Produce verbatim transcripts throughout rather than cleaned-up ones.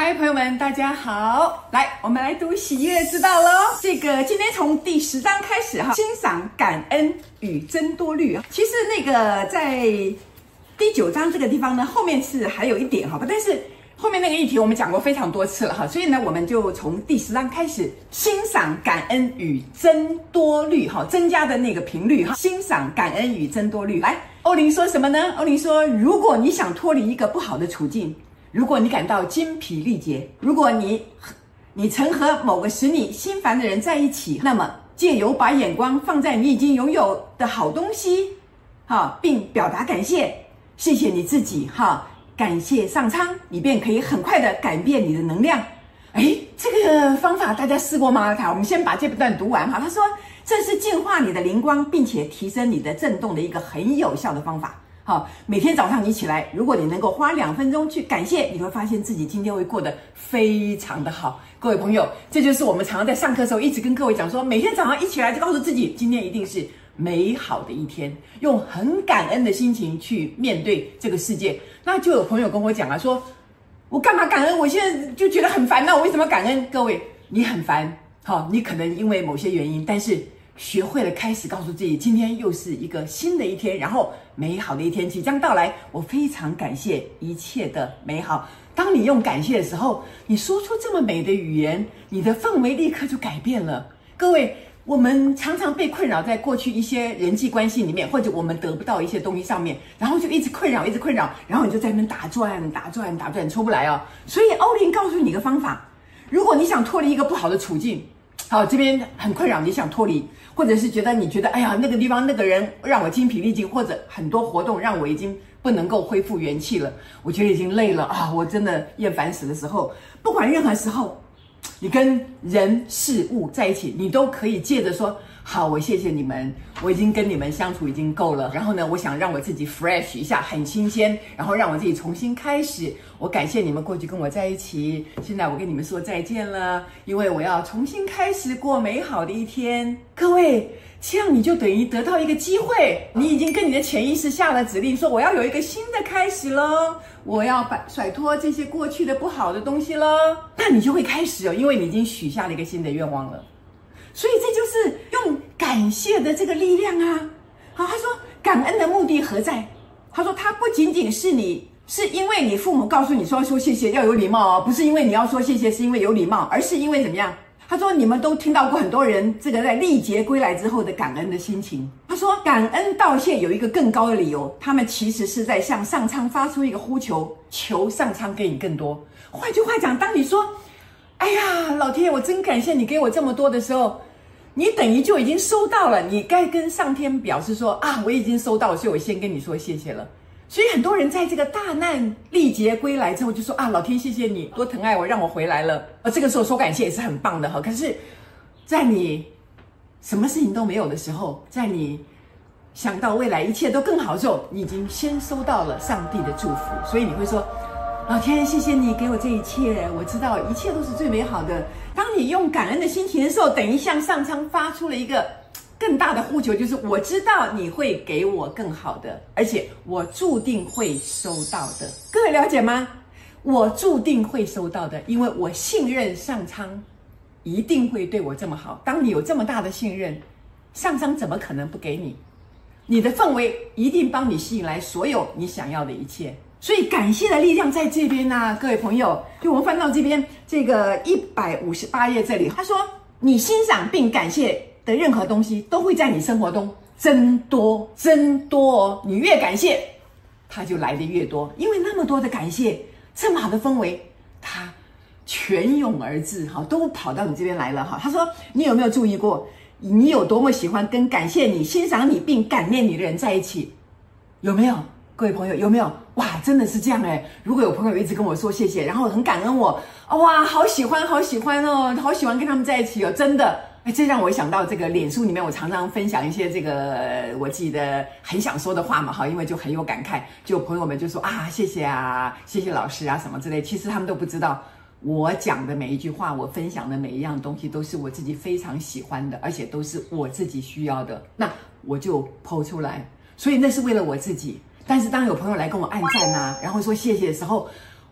嗨，朋友们，大家好！来，我们来读喜悦之道喽。这个今天从第十章开始哈，欣赏感恩与增多虑。其实那个在第九章这个地方呢，后面是还有一点哈，但是后面那个议题我们讲过非常多次了哈，所以呢，我们就从第十章开始欣赏感恩与增多虑哈，增加的那个频率哈，欣赏感恩与增多虑。来，欧林说什么呢？欧林说，如果你想脱离一个不好的处境。如果你感到精疲力竭，如果你你曾和某个使你心烦的人在一起，那么借由把眼光放在你已经拥有的好东西，哈，并表达感谢，谢谢你自己，哈，感谢上苍，你便可以很快的改变你的能量。哎，这个方法大家试过吗？好，我们先把这段读完哈。他说，这是净化你的灵光，并且提升你的振动的一个很有效的方法。好，每天早上你起来，如果你能够花两分钟去感谢，你会发现自己今天会过得非常的好。各位朋友，这就是我们常常在上课的时候一直跟各位讲说，每天早上一起来就告诉自己，今天一定是美好的一天，用很感恩的心情去面对这个世界。那就有朋友跟我讲啊，说我干嘛感恩？我现在就觉得很烦，那我为什么感恩？各位，你很烦，好，你可能因为某些原因，但是学会了开始告诉自己，今天又是一个新的一天，然后美好的一天即将到来，我非常感谢一切的美好。当你用感谢的时候，你说出这么美的语言，你的氛围立刻就改变了。各位，我们常常被困扰在过去一些人际关系里面，或者我们得不到一些东西上面，然后就一直困扰一直困扰，然后你就在那边打转打转打转出不来哦。所以欧林告诉你一个方法，如果你想脱离一个不好的处境，好，这边很困扰，你想脱离，或者是觉得你觉得哎呀，那个地方那个人让我精疲力尽，或者很多活动让我已经不能够恢复元气了，我觉得已经累了啊，我真的厌烦死的时候，不管任何时候，你跟人事物在一起，你都可以借着说，好，我谢谢你们，我已经跟你们相处已经够了，然后呢，我想让我自己 fresh 一下，很新鲜，然后让我自己重新开始。我感谢你们过去跟我在一起，现在我跟你们说再见了，因为我要重新开始过美好的一天。各位，这样你就等于得到一个机会，你已经跟你的潜意识下了指令，说我要有一个新的开始咯，我要把甩脱这些过去的不好的东西咯，那你就会开始哦，因为你已经许下了一个新的愿望了。所以这就是用感谢的这个力量啊。好，他说感恩的目的何在？他说它不仅仅是你是因为你父母告诉你说要说谢谢，要有礼貌哦，不是因为你要说谢谢是因为有礼貌，而是因为怎么样？他说你们都听到过很多人这个在历劫归来之后的感恩的心情。他说感恩道谢有一个更高的理由，他们其实是在向上苍发出一个呼求，求上苍给你更多。换句话讲，当你说哎呀老天爷我真感谢你给我这么多的时候，你等于就已经收到了，你该跟上天表示说啊，我已经收到了，所以我先跟你说谢谢了。所以很多人在这个大难历劫归来之后就说啊，老天谢谢你多疼爱我，让我回来了。而这个时候说感谢也是很棒的哈。可是在你什么事情都没有的时候，在你想到未来一切都更好的时候，你已经先收到了上帝的祝福，所以你会说老天谢谢你给我这一切，我知道一切都是最美好的。当你用感恩的心情的时候，等于向上苍发出了一个更大的呼求，就是我知道你会给我更好的，而且我注定会收到的。各位了解吗？我注定会收到的，因为我信任上苍一定会对我这么好。当你有这么大的信任，上苍怎么可能不给你？你的氛围一定帮你吸引来所有你想要的一切。所以感谢的力量在这边啊，各位朋友，就我们翻到这边这个一百五十八页这里，他说你欣赏并感谢的任何东西都会在你生活中增多增多哦，你越感谢它就来得越多，因为那么多的感谢，这么好的氛围它泉涌而至，好，都跑到你这边来了哈。他说你有没有注意过，你有多么喜欢跟感谢你欣赏你并感念你的人在一起？有没有？各位朋友有没有？哇，真的是这样哎！如果有朋友一直跟我说谢谢，然后很感恩我，哇，好喜欢好喜欢哦，好喜欢跟他们在一起哦，真的，哎，这让我想到这个脸书里面，我常常分享一些这个我自己的很想说的话嘛，哈，因为就很有感慨，就朋友们就说啊，谢谢啊，谢谢老师啊什么之类，其实他们都不知道，我讲的每一句话，我分享的每一样东西，都是我自己非常喜欢的，而且都是我自己需要的，那我就 po 出来，所以那是为了我自己。但是当有朋友来跟我按赞啊，然后说谢谢的时候，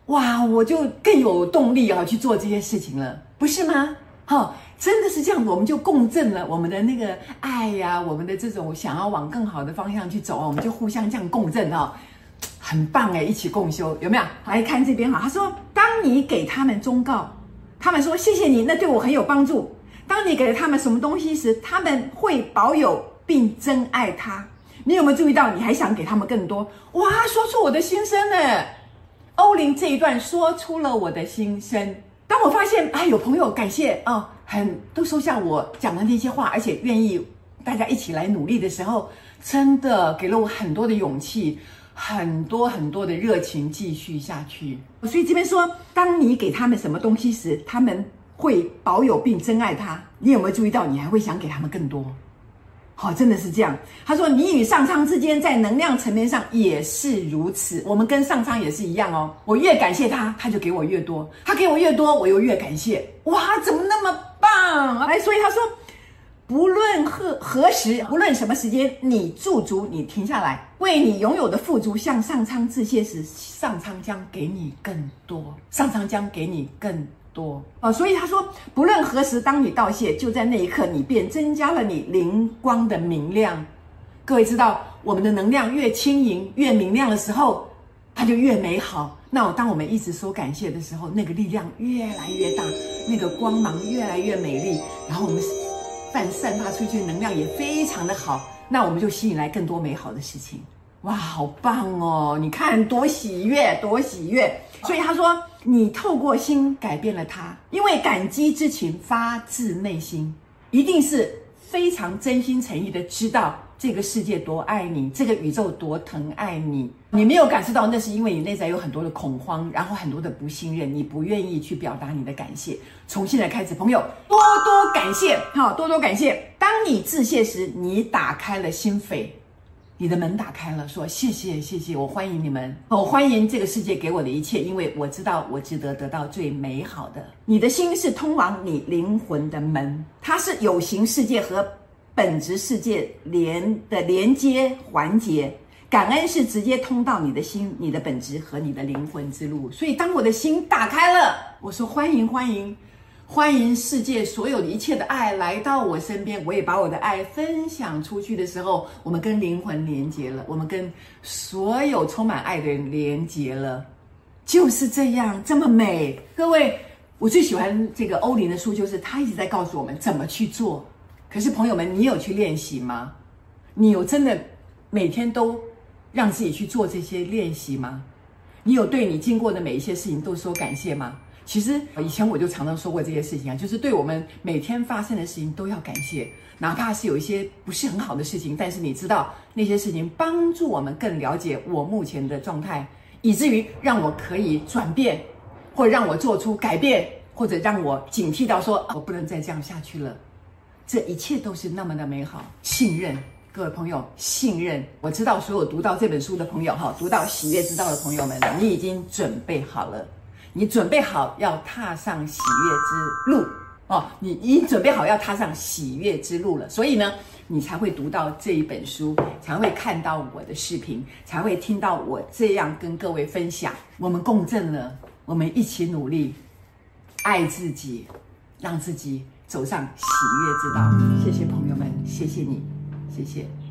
哇，我就更有动力啊去做这些事情了，不是吗？哈、哦，真的是这样，我们就共振了我们的那个爱呀、啊，我们的这种想要往更好的方向去走啊，我们就互相这样共振啊，很棒哎，一起共修，有没有？来看这边哈，他说，当你给他们忠告，他们说谢谢你，那对我很有帮助。当你给了他们什么东西时，他们会保有并珍爱它。你有没有注意到，你还想给他们更多？哇，说出我的心声呢！欧琳这一段说出了我的心声。当我发现啊，有朋友感谢啊、哦，很都收下我讲的那些话，而且愿意大家一起来努力的时候，真的给了我很多的勇气，很多很多的热情继续下去。所以这边说，当你给他们什么东西时，他们会保有并珍爱它。你有没有注意到，你还会想给他们更多？好、哦，真的是这样。他说，你与上苍之间在能量层面上也是如此。我们跟上苍也是一样哦。我越感谢他，他就给我越多；他给我越多，我又越感谢。哇，怎么那么棒？哎，所以他说，不论何何时，不论什么时间，你驻足，你停下来，为你拥有的富足向上苍致谢时，上苍将给你更多，上苍将给你更多哦。所以他说，不论何时，当你道谢，就在那一刻，你便增加了你灵光的明亮。各位知道，我们的能量越轻盈、越明亮的时候，它就越美好。那当我们一直说感谢的时候，那个力量越来越大，那个光芒越来越美丽，然后我们散散发出去的能量也非常的好，那我们就吸引来更多美好的事情。哇，好棒哦！你看多喜悦，多喜悦。所以他说，你透过心改变了他，因为感激之情发自内心，一定是非常真心诚意的知道这个世界多爱你，这个宇宙多疼爱你。你没有感受到，那是因为你内在有很多的恐慌，然后很多的不信任，你不愿意去表达你的感谢。从现在开始，朋友多多感谢，好，多多感谢。当你致谢时，你打开了心扉，你的门打开了，说谢谢谢谢，我欢迎你们，我欢迎这个世界给我的一切，因为我知道我值得得到最美好的。你的心是通往你灵魂的门，它是有形世界和本质世界连的连接环节。感恩是直接通到你的心、你的本质和你的灵魂之路。所以当我的心打开了，我说欢迎欢迎欢迎世界所有的一切的爱来到我身边，我也把我的爱分享出去的时候，我们跟灵魂连接了，我们跟所有充满爱的人连接了，就是这样，这么美。各位，我最喜欢这个欧琳的书，就是他一直在告诉我们怎么去做。可是朋友们，你有去练习吗？你有真的每天都让自己去做这些练习吗？你有对你经过的每一些事情都说感谢吗？其实以前我就常常说过这些事情啊，就是对我们每天发生的事情都要感谢，哪怕是有一些不是很好的事情，但是你知道那些事情帮助我们更了解我目前的状态，以至于让我可以转变，或者让我做出改变，或者让我警惕到说、啊、我不能再这样下去了。这一切都是那么的美好。信任，各位朋友，信任。我知道所有读到这本书的朋友哈，读到喜悦之道的朋友们，你已经准备好了，你准备好要踏上喜悦之路哦，你已经准备好要踏上喜悦之路了。所以呢，你才会读到这一本书，才会看到我的视频，才会听到我这样跟各位分享。我们共振了，我们一起努力，爱自己，让自己走上喜悦之道。谢谢朋友们，谢谢你，谢谢。